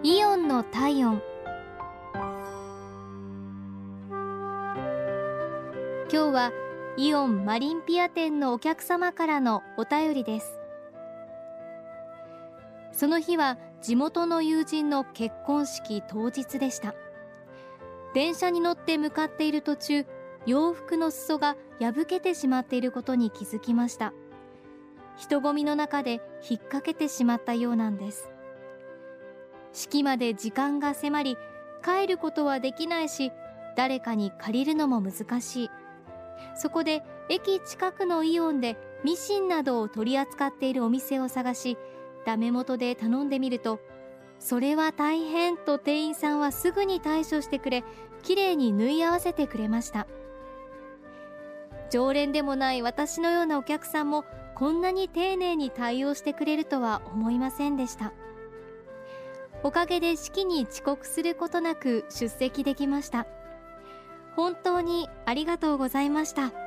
イオンの体温。今日はイオンマリンピア店のお客様からのお便りです。その日は地元の友人の結婚式当日でした。電車に乗って向かっている途中、洋服の裾が破けてしまっていることに気づきました。人混みの中で引っ掛けてしまったようなんです。式まで時間が迫り、帰ることはできないし、誰かに借りるのも難しい。そこで駅近くのイオンでミシンなどを取り扱っているお店を探し、ダメ元で頼んでみると、それは大変と店員さんはすぐに対処してくれ、きれいに縫い合わせてくれました。常連でもない私のようなお客さんもこんなに丁寧に対応してくれるとは思いませんでした。おかげで式に遅刻することなく出席できました。本当にありがとうございました。